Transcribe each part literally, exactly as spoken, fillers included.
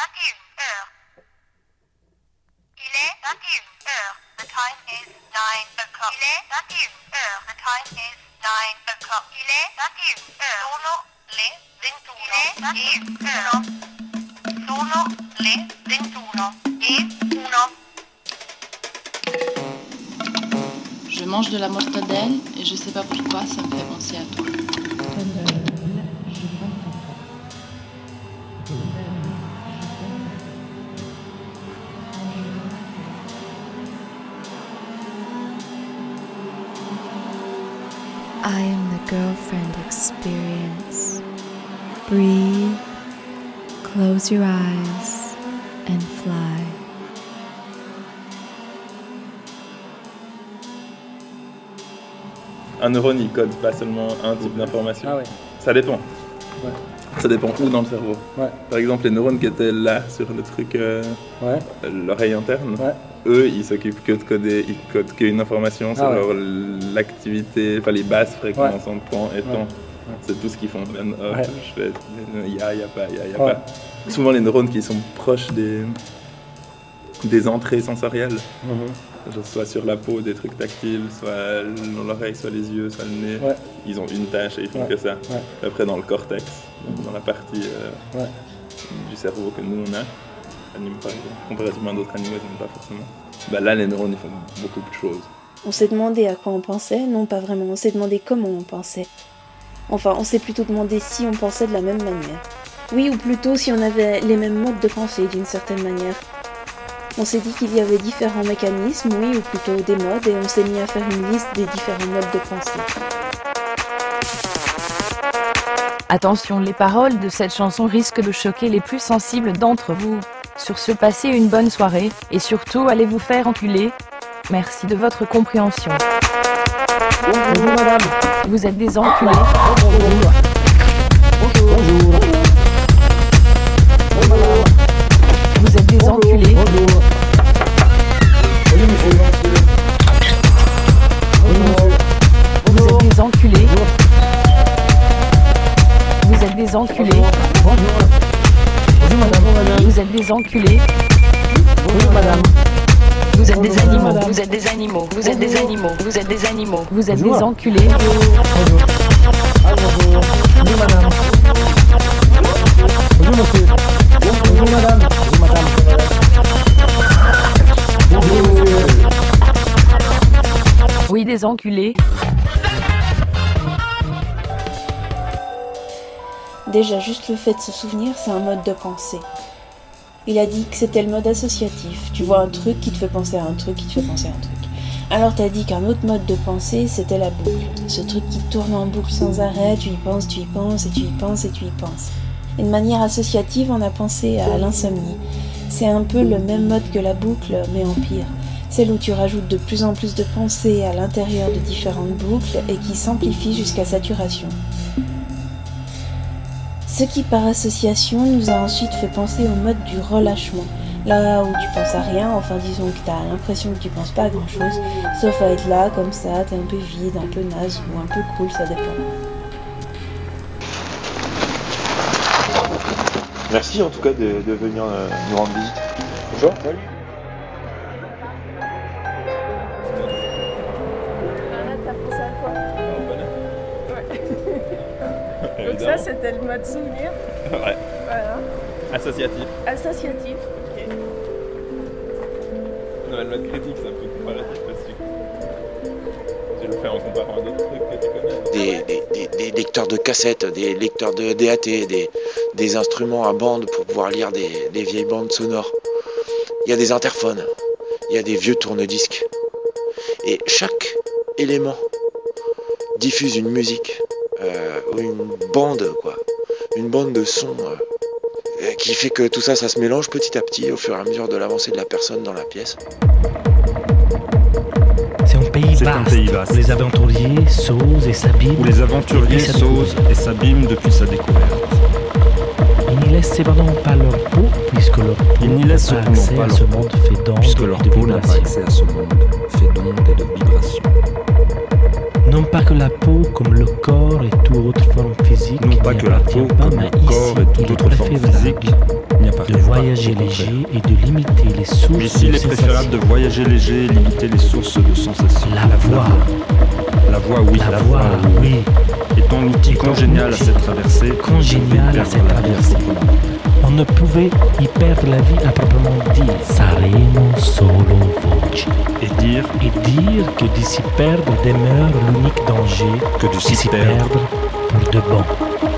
vingt et une heures. Il est vingt et une heures. The time is nine o'clock. Il est vingt et une heures. The time is nine o'clock. Il est vingt et une heures. Sono le ventuno. Sono le ventuno e uno. Je mange de la mortadelle et je sais pas pourquoi ça me fait penser à toi. I am the girlfriend experience. Breathe, close your eyes, and fly. Un neurone, il code pas seulement un type d'information. Ah ouais. Ça dépend. Ouais. Ça dépend où dans le cerveau. Ouais. Par exemple, les neurones qui étaient là sur le truc, euh, Ouais. l'oreille interne, Ouais. eux, ils s'occupent que de coder, ils codent qu'une information Ah sur ouais. leur- l'activité, enfin les basses fréquences Ouais. en temps et temps. Ouais. C'est tout ce qu'ils font. Ben, off, Ouais. je fais, il y a, il y a pas, il y a, il y a Ouais. pas. Souvent, les neurones qui sont proches des, des entrées sensorielles, Mhm. genre soit sur la peau, des trucs tactiles, soit dans l'oreille, soit les yeux, soit le nez. Ouais. Ils ont une tâche et ils font Ouais. que ça. Ouais. Après, dans le cortex, dans la partie euh, Ouais. du cerveau que nous on a, anime pas, comparativement à d'autres animaux, ils n'ont pas forcément. Bah là, les neurones, ils font beaucoup de choses. On s'est demandé à quoi on pensait, non pas vraiment, on s'est demandé comment on pensait. Enfin, on s'est plutôt demandé si on pensait de la même manière. Oui, ou plutôt si on avait les mêmes modes de pensée d'une certaine manière. On s'est dit qu'il y avait différents mécanismes, oui, ou plutôt des modes, et on s'est mis à faire une liste des différents modes de pensée. Attention, les paroles de cette chanson risquent de choquer les plus sensibles d'entre vous. Sur ce, passez une bonne soirée, et surtout, allez vous faire enculer. Merci de votre compréhension. Bonjour madame. Vous êtes des enculés. Bonjour. Bonjour. Vous êtes des enculés. Bonjour. Bonjour monsieur. Bonjour. Vous êtes des enculés. Vous êtes des enculés. Bonjour. Bonjour madame. Vous êtes des enculés. Bonjour madame. Vous êtes des animaux. Vous êtes des animaux. Vous êtes des animaux. Vous êtes des animaux. Vous êtes des Bonjour. enculés. Bonjour. Ah, bonjour. Bonjour madame. Bonjour monsieur. Bonjour madame. Bonjour madame. Bonjour monsieur. Oui, des enculés. Déjà, juste le fait de se souvenir, c'est un mode de pensée. Il a dit que c'était le mode associatif. Tu vois un truc qui te fait penser à un truc, qui te fait penser à un truc. Alors t'as dit qu'un autre mode de pensée, c'était la boucle. Ce truc qui tourne en boucle sans arrêt, tu y penses, tu y penses, et tu y penses, et tu y penses. Et de manière associative, on a pensé à l'insomnie. C'est un peu le même mode que la boucle, mais en pire. Celle où tu rajoutes de plus en plus de pensées à l'intérieur de différentes boucles et qui s'amplifie jusqu'à saturation. Ce qui, par association, nous a ensuite fait penser au mode du relâchement. Là où tu penses à rien, enfin disons que tu as l'impression que tu penses pas à grand chose, sauf à être là, comme ça, t'es un peu vide, un peu naze ou un peu cool, ça dépend. Merci en tout cas de, de venir euh, nous rendre visite. Bonjour. Salut. Donc ça, c'était le mode souvenir. Ouais. Voilà. Associatif. Associatif. Ok. Non, le mode critique, c'est un peu comparatif parce que tu le fais en comparant à d'autres trucs que tu connais. Des, des, des, des lecteurs de cassettes, des lecteurs de D A T, des, des instruments à bande pour pouvoir lire des, des vieilles bandes sonores. Il y a des interphones, il y a des vieux tourne-disques. Et chaque élément diffuse une musique, euh, ou une bande, quoi. Une bande de sons euh, qui fait que tout ça, ça se mélange petit à petit au fur et à mesure de l'avancée de la personne dans la pièce. C'est un pays C'est vaste. un pays vaste. Où les aventuriers s'osent et s'abîment. Où les aventuriers depuis sa découverte. s'osent et s'abîment depuis sa découverte. Ils n'y laissent cependant pas leur peau, puisque leur peau Ils n'y laissent n'a cependant accès pas à leur ce peau, monde fait d'ondes puisque leur et de peau n'a pas vibrations. accès à ce monde fait d'ondes et de vibrations. Non pas que la peau, comme le corps et toute autre forme physique, Non pas n'y que la appartient peau, pas, comme mais le corps ici, et toute il est autre forme préférable physique, n'y de voyager léger et de limiter les sources Mais s'il de est préférable sensations. de voyager léger et limiter les sources de sensations. La voix. La voix, oui. La voix, oui. Étant l'outil congénial à cette traversée. Congénial à cette traversée. On ne pouvait y perdre la vie à proprement dire. Saremo solo voce. Et dire. Et dire que d'y s'y perdre demeure l'unique danger. Que de s'y perdre. perdre pour de bon.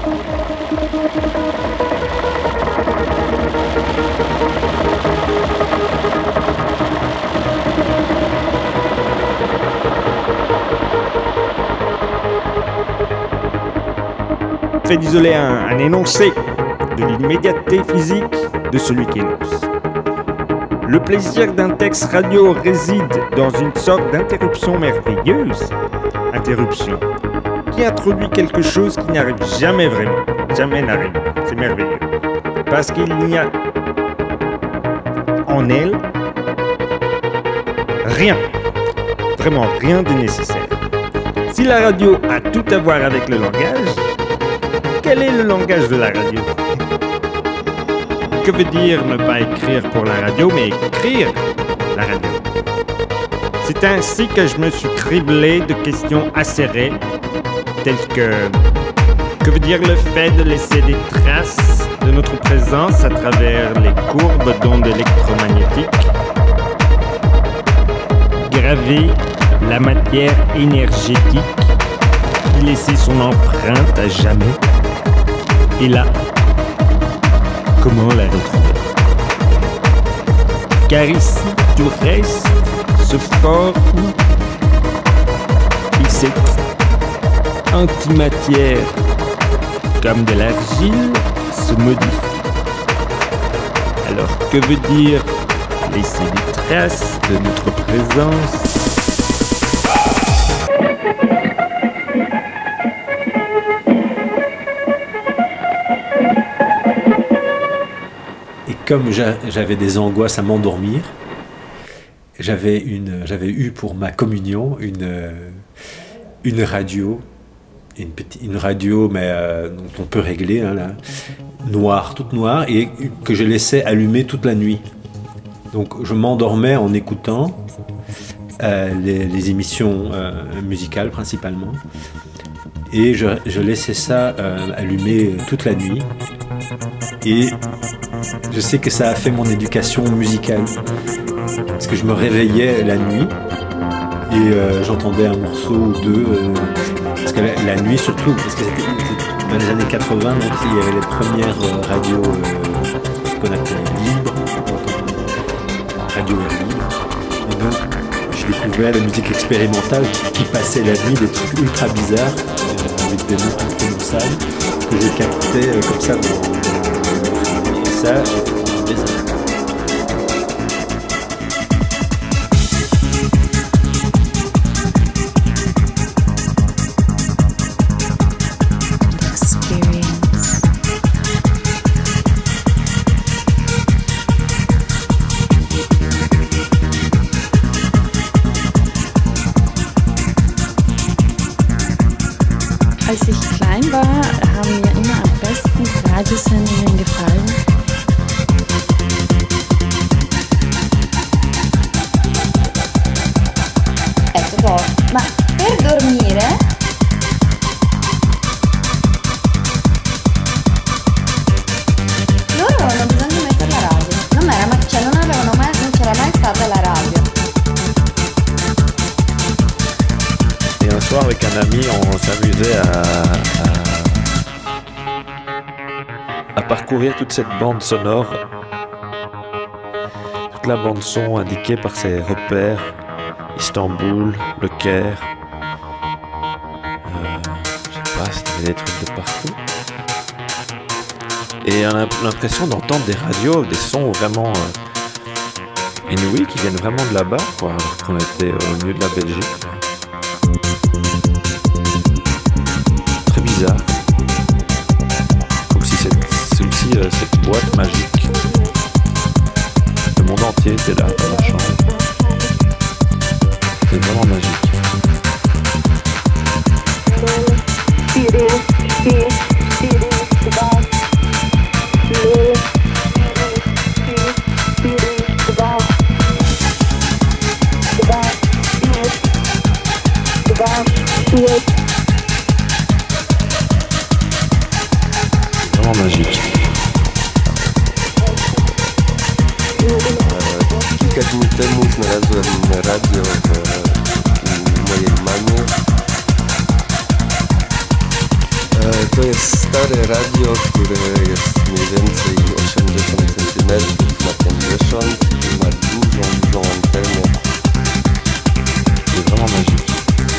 Fait d'isoler un, un énoncé de l'immédiateté physique de celui qui énonce. Le plaisir d'un texte radio réside dans une sorte d'interruption merveilleuse, interruption, qui introduit quelque chose qui n'arrive jamais vraiment, jamais n'arrive, c'est merveilleux, parce qu'il n'y a en elle rien, vraiment rien de nécessaire. Si la radio a tout à voir avec le langage, quel est le langage de la radio? Que veut dire ne pas écrire pour la radio, mais écrire la radio? C'est ainsi que je me suis criblé de questions acérées, telles que que veut dire le fait de laisser des traces de notre présence à travers les courbes d'ondes électromagnétiques, graver la matière énergétique, y laisser son empreinte à jamais. Et là, comment la retrouver? Car ici, tout reste ce fort et cette antimatière, comme de l'argile, se modifie. Alors, que veut dire laisser des traces de notre présence? Comme j'avais des angoisses à m'endormir, j'avais, une, j'avais eu pour ma communion une, une radio, une, petite, une radio mais euh, dont on peut régler, hein, là, noire, toute noire, et que je laissais allumer toute la nuit. Donc je m'endormais en écoutant euh, les, les émissions euh, musicales principalement, et je, je laissais ça euh, allumer toute la nuit. Et je sais que ça a fait mon éducation musicale, parce que je me réveillais la nuit et euh, j'entendais un morceau ou deux, euh, parce que la, la nuit surtout, parce que c'était, c'était dans les années quatre-vingts, donc il y avait les premières euh, radios euh, qu'on appelait libres, radio libre, et donc je découvrais la musique expérimentale qui passait la nuit, des trucs ultra bizarres, euh, avec des notes imprononçables, que j'ai capté euh, comme ça dans, dans ça, j'ai fait pendant des années. Als ich klein war, haben mir immer am besten Radiosendungen gefallen. Ma per dormire loro avevano bisogno di mettere la radio, non era mai, cioè non avevano mai, non c'era mai stata la radio. Et un soir avec un ami, on s'amusait à, à, à parcourir toute cette bande sonore, toute la bande son indiquée par ses repères. Istanbul, Le Caire, euh, je sais pas, c'était des trucs de partout. Et on a l'impression d'entendre des radios, des sons vraiment euh, inouïs qui viennent vraiment de là-bas, quoi, alors qu'on était au milieu de la Belgique. Quoi. Très bizarre. Comme si cette, comme si, euh, cette boîte magique, le monde entier était là dans la chambre. C'est vraiment magique. temu znalazłem radio w, u mojej mamy. To jest stare radio, które jest mniej więcej osiemdziesiąt centymetrów na pięćdziesiąt i ma dużą, dużą antenę. C'est vraiment magique.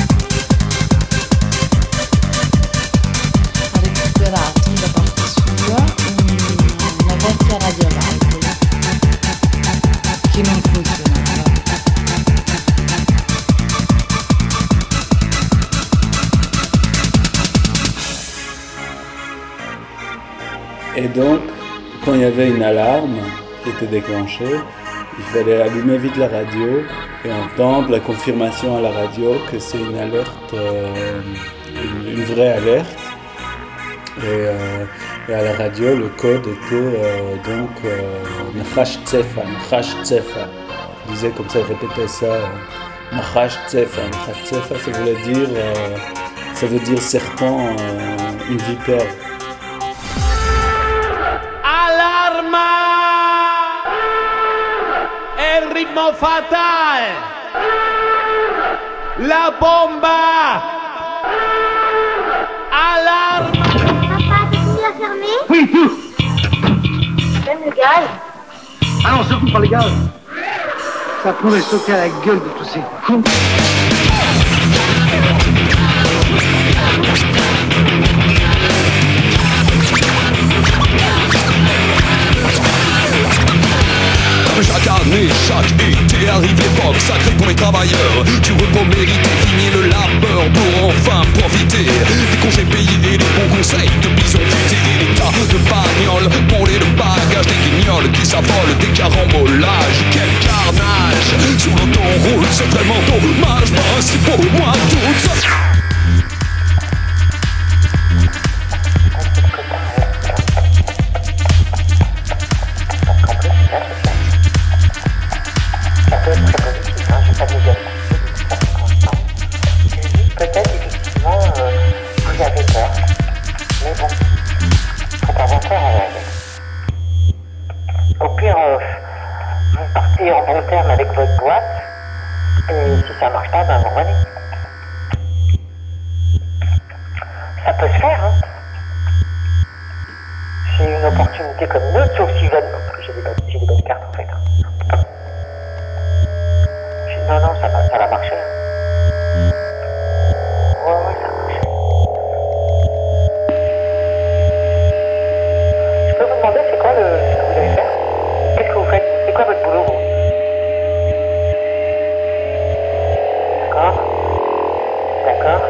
Ha recuperato da parte sua una vecchia radio live che non funzionava. Et donc, quand il y avait une alarme qui était déclenchée, il fallait allumer vite la radio et entendre la confirmation à la radio que c'est une alerte, euh, une, une vraie alerte. Et, euh, et à la radio, le code était euh, donc Nachash Tsefa, Nachash Tsefa. Il disait comme ça, il répétait ça, Nachash Tsefa, Nachash Tsefa, ça voulait dire, euh, ça veut dire serpent, euh, une vipère. Allarma! El ritmo fatal! La bomba! Alarme! Papa, t'as fini à fermer? Oui, tout! Même le gaz? Ah non, surtout pas le gaz! Ça pourrait sauter à la gueule de tous ces cons! Chaque année, chaque été arrive l'époque sacrée pour les travailleurs. Du repos mérité, fini le labeur pour enfin profiter des congés payés et des bons conseils de bison futés et des tas de bagnoles montés de bagages, des guignols qui s'affolent, des carambolages. Quel carnage sur l'autoroute, c'est vraiment dommage. Ben, c'est pour moi tout ça. Peut-être effectivement euh, vous avez peur, mais bon, faut avoir peur avec. Au pire, euh, vous partez en bon terme avec votre boîte, et si ça marche pas, ben vous revenez. Ça peut se faire, hein. C'est une opportunité comme une autre, sauf si vous avez... J'ai des, bonnes, j'ai des bonnes cartes en fait. J'ai... Non, non, ça va, ça va marcher. Hein. C'est quoi le, ce que vous allez faire? Qu'est-ce que vous faites? C'est quoi votre boulot, vous? D'accord. D'accord.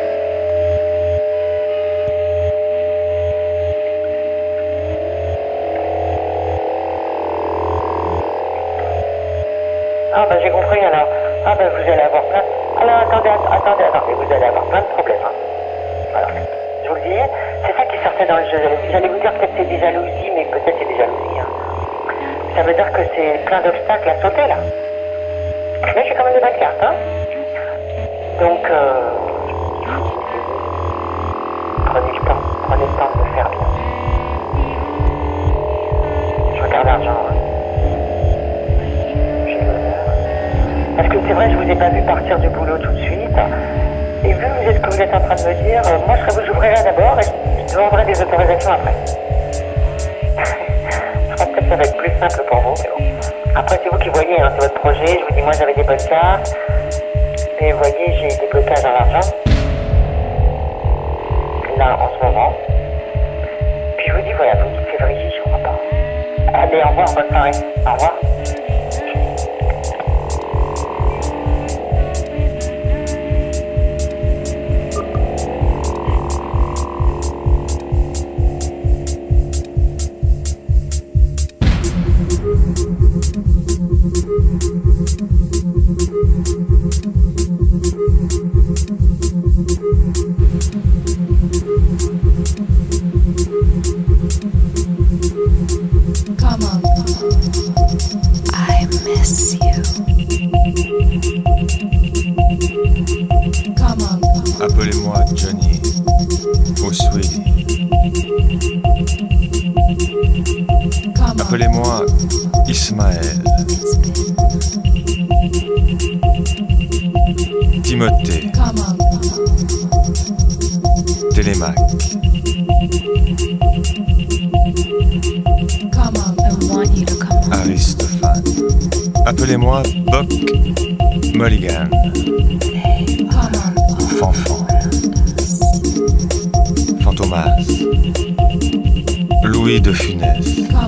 Ah ben j'ai compris alors. Ah ben vous allez avoir plein... Alors attendez, attendez, attendez, vous allez avoir plein de problèmes. Hein. Alors, je vous le dis, c'est ça qui sortait dans le jeu. J'allais vous dire peut-être c'est des jalousies, mais peut-être c'est des jalousies. Hein. Ça veut dire que c'est plein d'obstacles à sauter là. Mais j'ai quand même des bonnes cartes, hein. Donc, euh, prenez le temps, prenez le temps de le faire bien. Je regarde l'argent. Hein. J'ai l'honneur. Parce que c'est vrai, je vous ai pas vu partir du boulot tout de suite. Et vu vous êtes, ce que vous êtes en train de me dire, euh, moi je serais vous ouvrirai d'abord et je demanderai des autorisations après. Je pense que ça va être plus simple pour vous, mais bon. Après c'est vous qui voyez, hein, c'est votre projet, je vous dis moi j'avais des bonnes cartes. Et vous voyez, j'ai des blocages dans l'argent. Là en ce moment. Puis je vous dis voilà, vous me dites février, je crois pas. Allez, au revoir, bonne soirée. Au revoir. Appelez-moi Johnny ou Sweetie. Appelez-moi Ismaël. Timothée. Télémaque. Aristophane. Appelez-moi Boc Mulligan. Fanfan. Fantomas. Louis de Funès.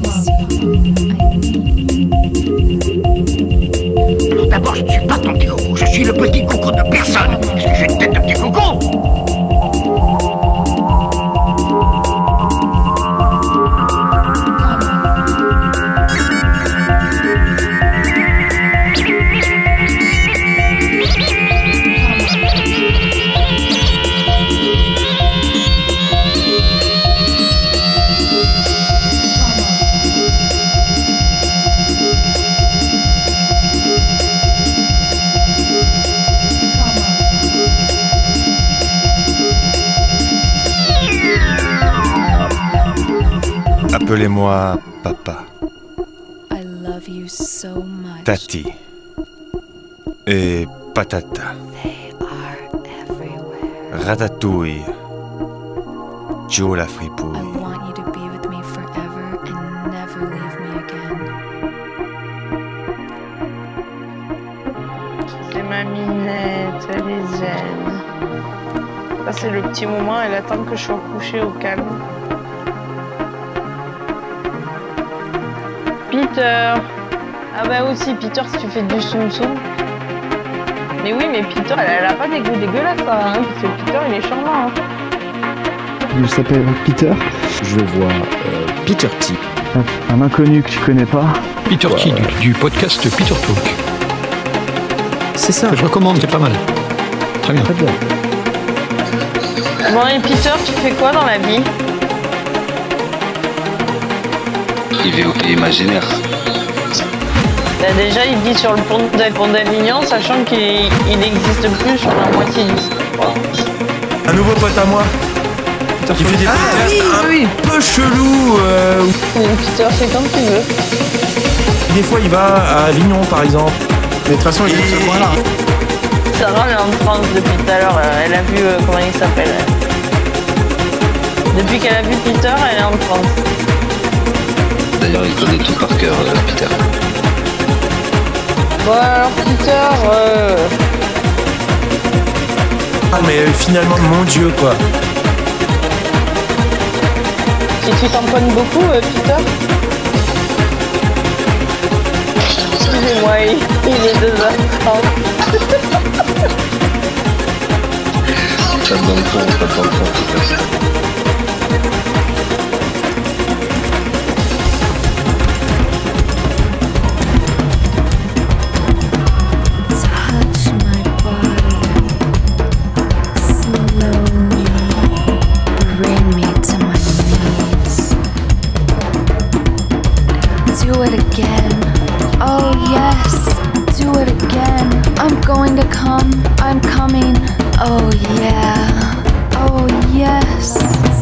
Alors d'abord, je ne suis pas ton petit coco, je suis le petit coco de personne. Est-ce que j'ai une tête de petit coco? Appelez-moi papa. I love you so much. Tati. Et patata. They are everywhere. Ratatouille. Joe la I fripouille. want you to be with me forever and never leave me again. C'est ma minette, elle est zen. Ça c'est le petit moment, elle attend que je sois couchée au calme. Peter. Ah bah aussi, Peter, si tu fais du soum soum. Mais oui, mais Peter, elle, elle a pas des goûts dégueulasses, ça, hein, parce que Peter, il est charmant. Hein. Il s'appelle Peter. Je vois euh, Peter T. Un, un inconnu que tu connais pas. Peter T du, du podcast Peter Talk. C'est ça. Que je recommande, c'est pas mal. Très bien. Très bien. Bon, et Peter, tu fais quoi dans la vie? Il vit au pays imaginaire. Bah déjà, il vit sur le pont d'Avignon, sachant qu'il n'existe plus sur la moitié du... Un nouveau pote à moi. Qui fait des podcasts oui, un oui. peu chelou. Euh... Peter, c'est comme tu veux. Des fois, il va à Avignon, par exemple. Mais de toute façon, il est de ce coin-là. Sarah, elle est en transe depuis tout à l'heure. Elle a vu euh, comment il s'appelle. Depuis qu'elle a vu Peter, elle est en transe. D'ailleurs, il connaît tout par cœur, euh, Peter. Bon, alors Peter, euh... Ah, mais finalement, mon Dieu, quoi. Et tu tamponnes beaucoup, euh, Peter? Excusez-moi, il, il est deux heures trente. Pas dans le fond, pas dans le fond, Peter. I'm coming. Oh yeah. Oh yes.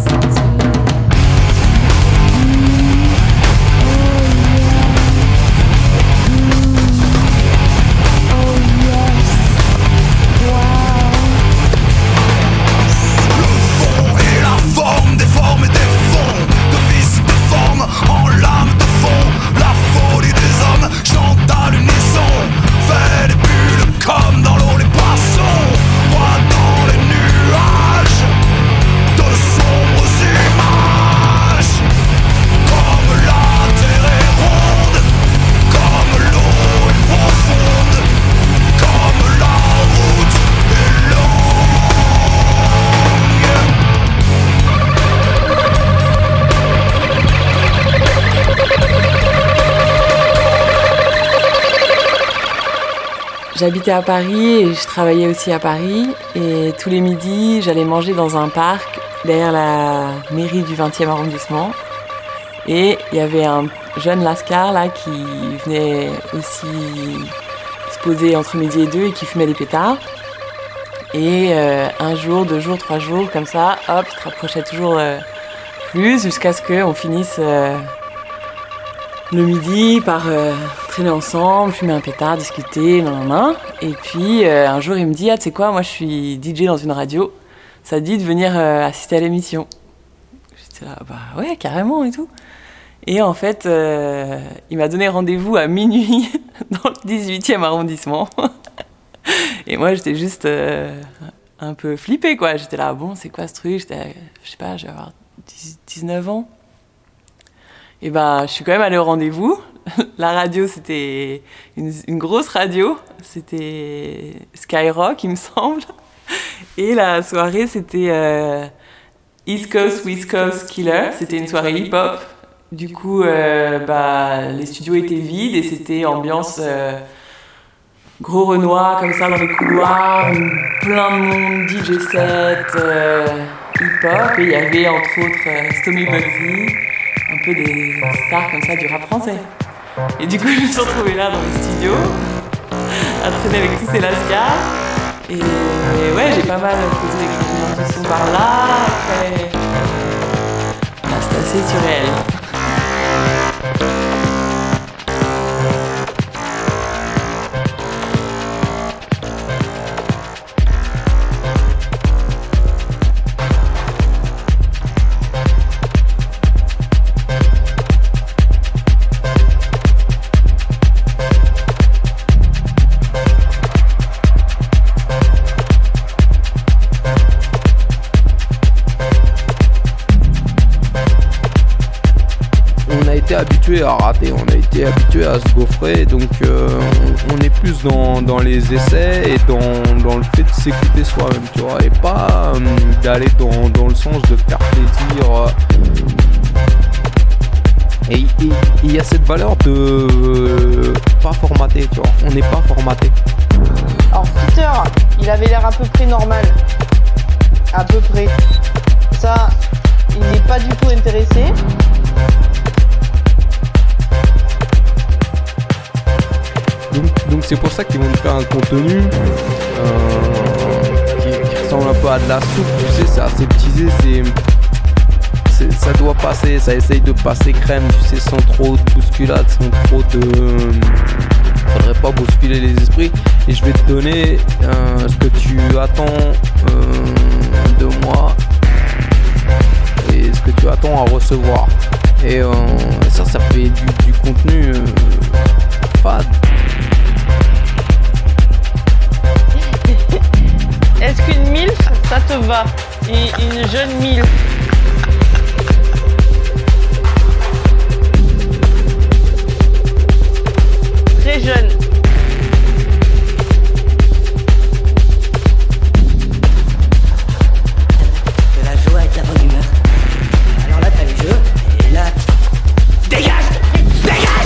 J'habitais à Paris et je travaillais aussi à Paris. Et tous les midis, j'allais manger dans un parc derrière la mairie du vingtième arrondissement. Et il y avait un jeune lascar là qui venait aussi se poser entre midi et deux et qui fumait des pétards. Et euh, un jour, deux jours, trois jours, comme ça, hop, il te rapprochait toujours euh, plus jusqu'à ce qu'on finisse euh, le midi par euh, traîner ensemble, fumer un pétard, discuter, nan, nan, nan. Et puis euh, un jour il me dit ah tu sais quoi, moi je suis D J dans une radio, ça te dit de venir euh, assister à l'émission. J'étais là bah ouais carrément et tout. Et en fait euh, il m'a donné rendez-vous à minuit dans le dix-huitième arrondissement. Et moi j'étais juste euh, un peu flippée quoi, j'étais là bon c'est quoi ce truc, j'étais, je sais pas, je vais avoir dix-neuf ans. Et ben, je suis quand même allée au rendez-vous. La radio, c'était une, une grosse radio. C'était Skyrock, il me semble. Et la soirée, c'était euh, East Coast, West Coast Killer. C'était une soirée hip-hop. Du coup, euh, bah, les studios étaient vides et c'était ambiance euh, gros Renoir, comme ça, dans les couloirs. Plein de monde, D J set, euh, hip-hop. Et il y avait, entre autres, euh, Stomy Bugsy. Un peu des stars comme ça du rap français. Et du coup, je me suis retrouvée là dans le studio, à traîner avec tous ces lascars. Et, et ouais, j'ai pas mal posé des questions qui sont par là. Après, là, c'était assez surréel. Habitué à rater, on a été habitué à se gaufrer, donc euh, on, on est plus dans, dans les essais et dans, dans le fait de s'écouter soi-même, tu vois, et pas euh, d'aller dans, dans le sens de faire plaisir. Euh, et il y a cette valeur de euh, pas formaté, tu vois, on n'est pas formaté. Alors Peter, il avait l'air à peu près normal, à peu près. Ça, il n'est pas du tout intéressé. Donc, donc c'est pour ça qu'ils vont nous faire un contenu euh, qui, qui ressemble un peu à de la soupe, tu sais, c'est aseptisé, c'est, c'est, ça doit passer, ça essaye de passer crème, tu sais, sans trop de bousculade, sans trop de... Faudrait pas bousculer les esprits. Et je vais te donner euh, ce que tu attends euh, de moi et ce que tu attends à recevoir. Et euh, ça, ça fait du, du contenu euh, fade. Est-ce qu'une milf, ça te va? Et une jeune milf? Très jeune. De la joie et de la bonne humeur. Alors là, t'as le jeu, et là... Dégage! Dégage!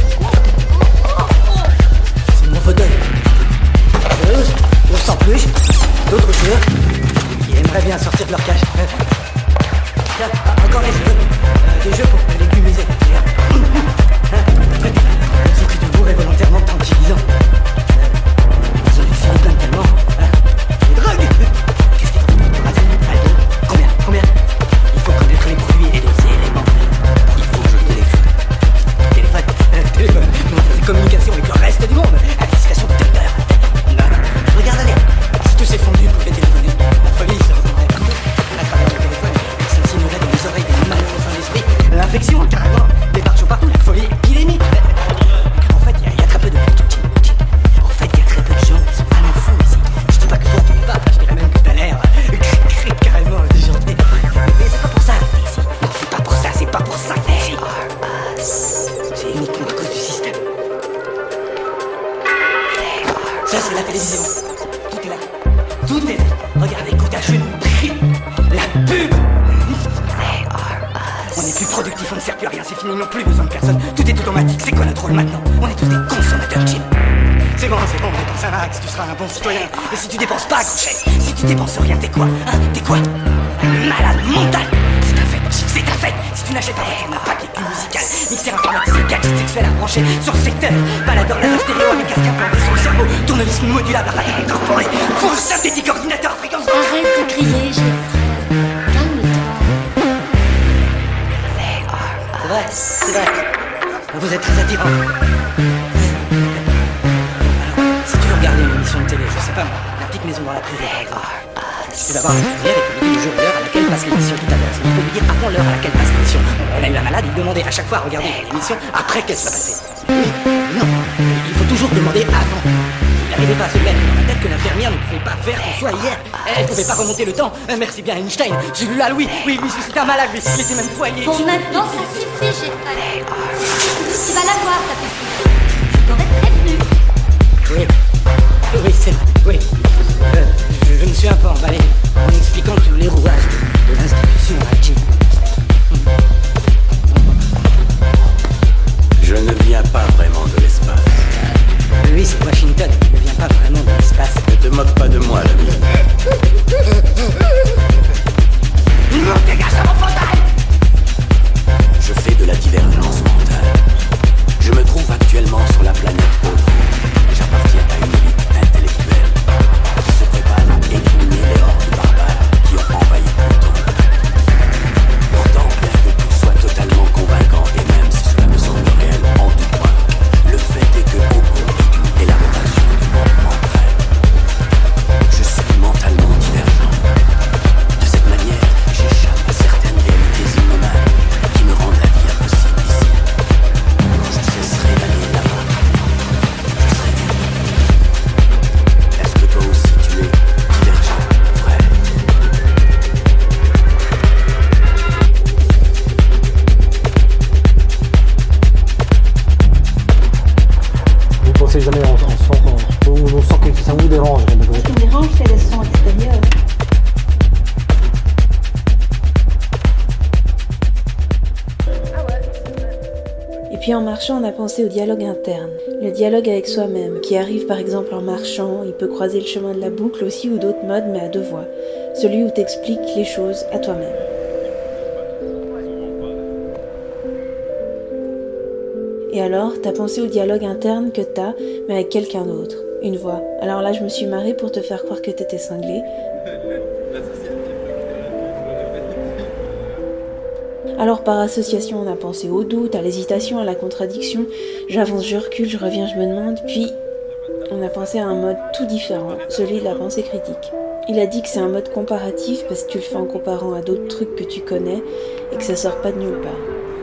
C'est mon fauteuil. Chose, on sent plus. D'autres jeux qui aimeraient bien sortir de leur cage. Tiens, encore des jeux. Euh, des jeux pour les légumiser. Ils sont pris de bourrer volontairement tranquillisants. Ils ont dû filer plein tellement. Les drogues! Qu'est-ce qu'il faut? Aldo, combien? Combien? Il faut connaître les produits et les éléments. Il faut que je téléphone. Téléphone? Euh, téléphone. Non, communication avec le reste du monde. Investigation de Thunder. Non, regarde-les. Si tout s'est fondu pour les téléphoner, la folie se referait partout. À travers le téléphone, ça insinuerait dans les oreilles des malheureux sans l'esprit. L'infection, carrément. Des parchos partout, la folie épidémique. En fait, il y, y a très peu de... En fait, il y a très peu de gens qui sont vraiment fous ici. Je dis pas que toi, tu es pas. Je dirais même que t'as l'air carrément déjanté. Mais c'est pas pour ça que t'es ici. Non, c'est pas pour ça, c'est pas pour ça que t'es ici. C'est uniquement à cause du système. Ça, c'est la télévision. Tout est là. Tout est là. Regardez, écoutez, je prie. La pub. On est plus productif, on ne sert plus à rien, c'est fini, ils n'ont plus besoin de personne. Tout est automatique, c'est quoi notre rôle maintenant? On est tous des consommateurs, Jim. C'est bon, c'est bon, dépense un max, tu seras un bon citoyen. Et si tu dépenses pas, crochet, si tu dépenses rien, t'es quoi? Hein? T'es quoi? Un malade mental. C'est un fait, c'est un fait. Si tu n'achètes pas un paquet musical, mixeur informatisé, gadget sexuel à brancher sur le secteur, baladeur, la stéréo avec casque implanté sur le cerveau, tournevis modulable à radio incorporé, full synthétique, ordinateur à fréquence. Arrête de crier, j'ai C'est vrai, c'est vrai. Vous êtes très attirant. Alors, si tu veux regarder une émission de télé, je sais pas, La Petite Maison dans la Prairie, tu vas voir un infirmière et tu lui dis le jour et l'heure à laquelle passe l'émission qui t'intéresse. Il faut lui dire avant l'heure à laquelle passe l'émission. On a eu la malade, il demandait à chaque fois à regarder l'émission après qu'elle soit passée. Oui, non, il faut toujours demander avant. Il n'arrivait pas à se mettre dans la tête que l'infirmière ne pouvait pas faire qu'on soit hier. Elle ne pouvait pas remonter le temps. Euh, Merci bien Einstein. Celui-là, oui, oui, lui, c'était un malade, lui. Il était même foyer. Bon, maintenant, ça suffit, j'ai fallu. Tu vas la voir, ta petite. Je t'aurais prévenu. Oui, oui, c'est vrai, oui. Euh, je, je me suis un peu emballé en expliquant tous les rouages de, de l'institution à Jim. Je ne viens pas vraiment de l'espace. Lui, c'est Washington, il ne vient pas vraiment de l'espace. Ne te moque pas de moi, l'ami. Non, dégage de mon fauteuil! Je fais de la divergence mentale. Je me trouve actuellement sur la planète pauvre. J'appartiens à une élite intellectuelle qui se prépare à éliminer les hordes barbares qui ont envahi Pluton. Pourtant, bien que tout soit totalement convaincant, et même si cela me semble réel en tout point, le fait est que au bout est une élaboration de mon mental. Je suis mentalement divergent. De cette manière, j'échappe à certaines réalités innommables qui me rendent la vie impossible ici. Quand je cesserai d'aller là-bas, je serai libre. Est-ce que toi aussi tu es divergent, frère? Vous pensez jamais en, en son, en, on, on sent que ça vous dérange. Ce qui me dérange, c'est le son extérieur. Et puis en marchant, on a pensé au dialogue interne, le dialogue avec soi-même, qui arrive par exemple en marchant, il peut croiser le chemin de la boucle aussi ou d'autres modes, mais à deux voix, celui où t'expliques les choses à toi-même. Et alors, t'as pensé au dialogue interne que t'as, mais avec quelqu'un d'autre, une voix. Alors là, je me suis marrée pour te faire croire que t'étais cinglé. Alors par association, on a pensé au doute, à l'hésitation, à la contradiction. J'avance, je recule, je reviens, je me demande. Puis, on a pensé à un mode tout différent, celui de la pensée critique. Il a dit que c'est un mode comparatif parce que tu le fais en comparant à d'autres trucs que tu connais et que ça sort pas de nulle part.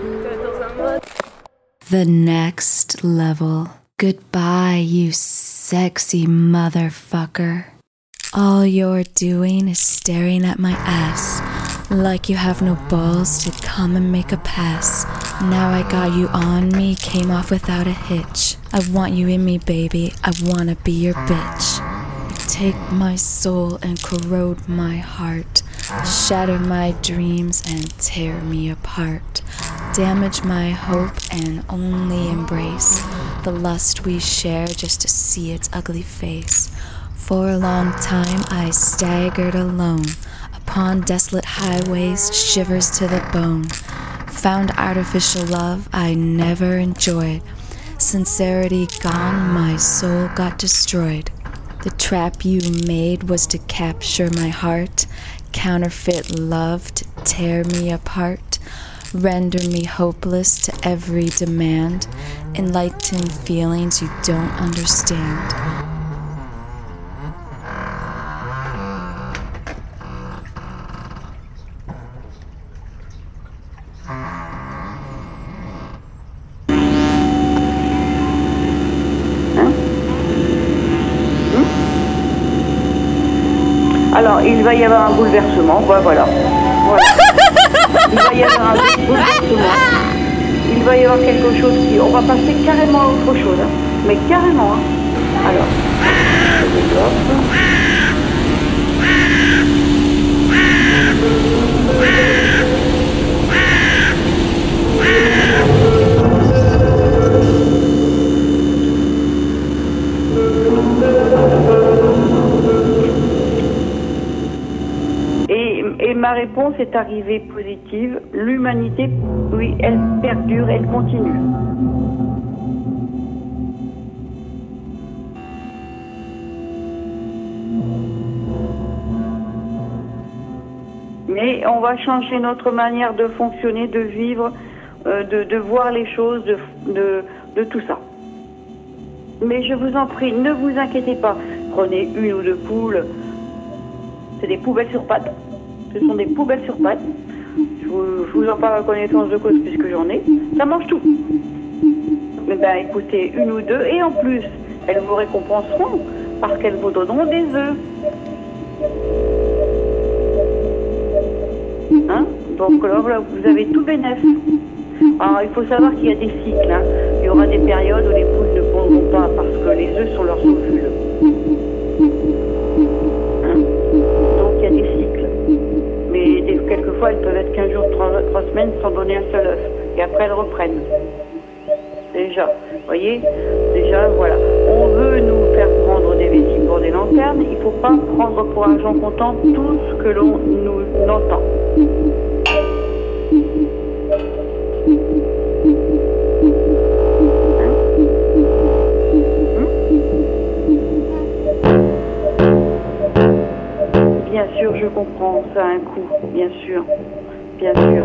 The next level. Goodbye, you sexy motherfucker. All you're doing is staring at my ass, like you have no balls to come and make a pass. Now I got you on me, came off without a hitch. I want you in me, baby, I wanna be your bitch. You take my soul and corrode my heart, shatter my dreams and tear me apart. Damage my hope and only embrace the lust we share just to see its ugly face. For a long time I staggered alone upon desolate highways, shivers to the bone. Found artificial love I never enjoyed. Sincerity gone, my soul got destroyed. The trap you made was to capture my heart. Counterfeit love to tear me apart. Render me hopeless to every demand. Enlighten feelings you don't understand. Alors, il va y avoir un bouleversement, voilà. voilà. Il va y avoir un bouleversement. Il va y avoir quelque chose qui... On va passer carrément à autre chose, hein. Mais carrément. Hein. Alors, je développe. Et, et ma réponse est arrivée positive. L'humanité, oui, elle perdure, elle continue. Mais on va changer notre manière de fonctionner, de vivre. euh, de, de voir les choses, de, de, de tout ça. Mais je vous en prie, ne vous inquiétez pas. Prenez une ou deux poules. C'est des poubelles sur pattes. Ce sont des poubelles sur pattes. Je vous, je vous en parle à connaissance de cause puisque j'en ai. Ça mange tout. Mais ben écoutez, une ou deux. Et en plus, elles vous récompenseront parce qu'elles vous donneront des œufs. Hein? Donc là, voilà, vous avez tout bénef. Alors, il faut savoir qu'il y a des cycles. Hein. Il y aura des périodes où les poules ne pondront pas parce que les œufs sont leurs ovules. Hein? Donc, il y a des cycles. Mais des, quelquefois, elles peuvent être quinze jours, trois semaines sans donner un seul œuf. Et après, elles reprennent. Déjà, vous voyez? Déjà, voilà. On veut nous faire prendre des vessies pour des lanternes. Il ne faut pas prendre pour argent comptant tout ce que l'on nous entend. Bien sûr, je comprends, ça a un coût, bien sûr, bien sûr.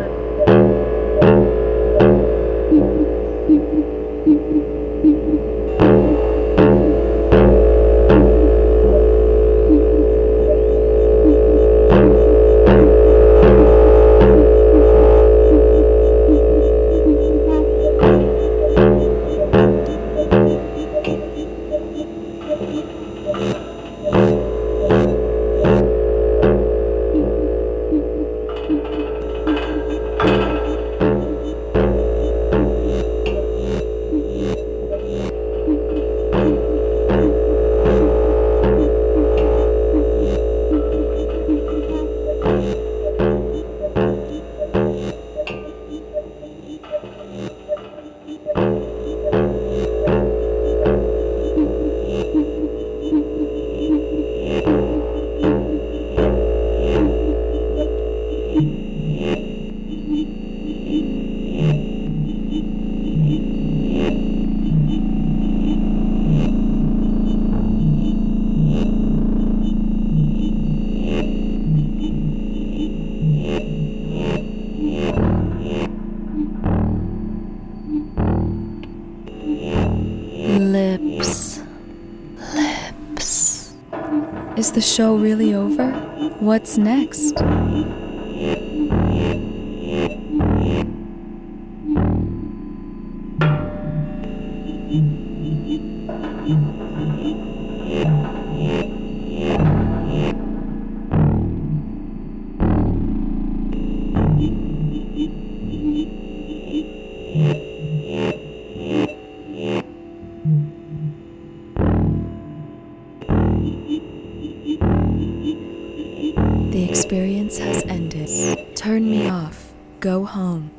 Lips. Lips. Is the show really over? What's next? The experience has ended. Turn me off. Go home.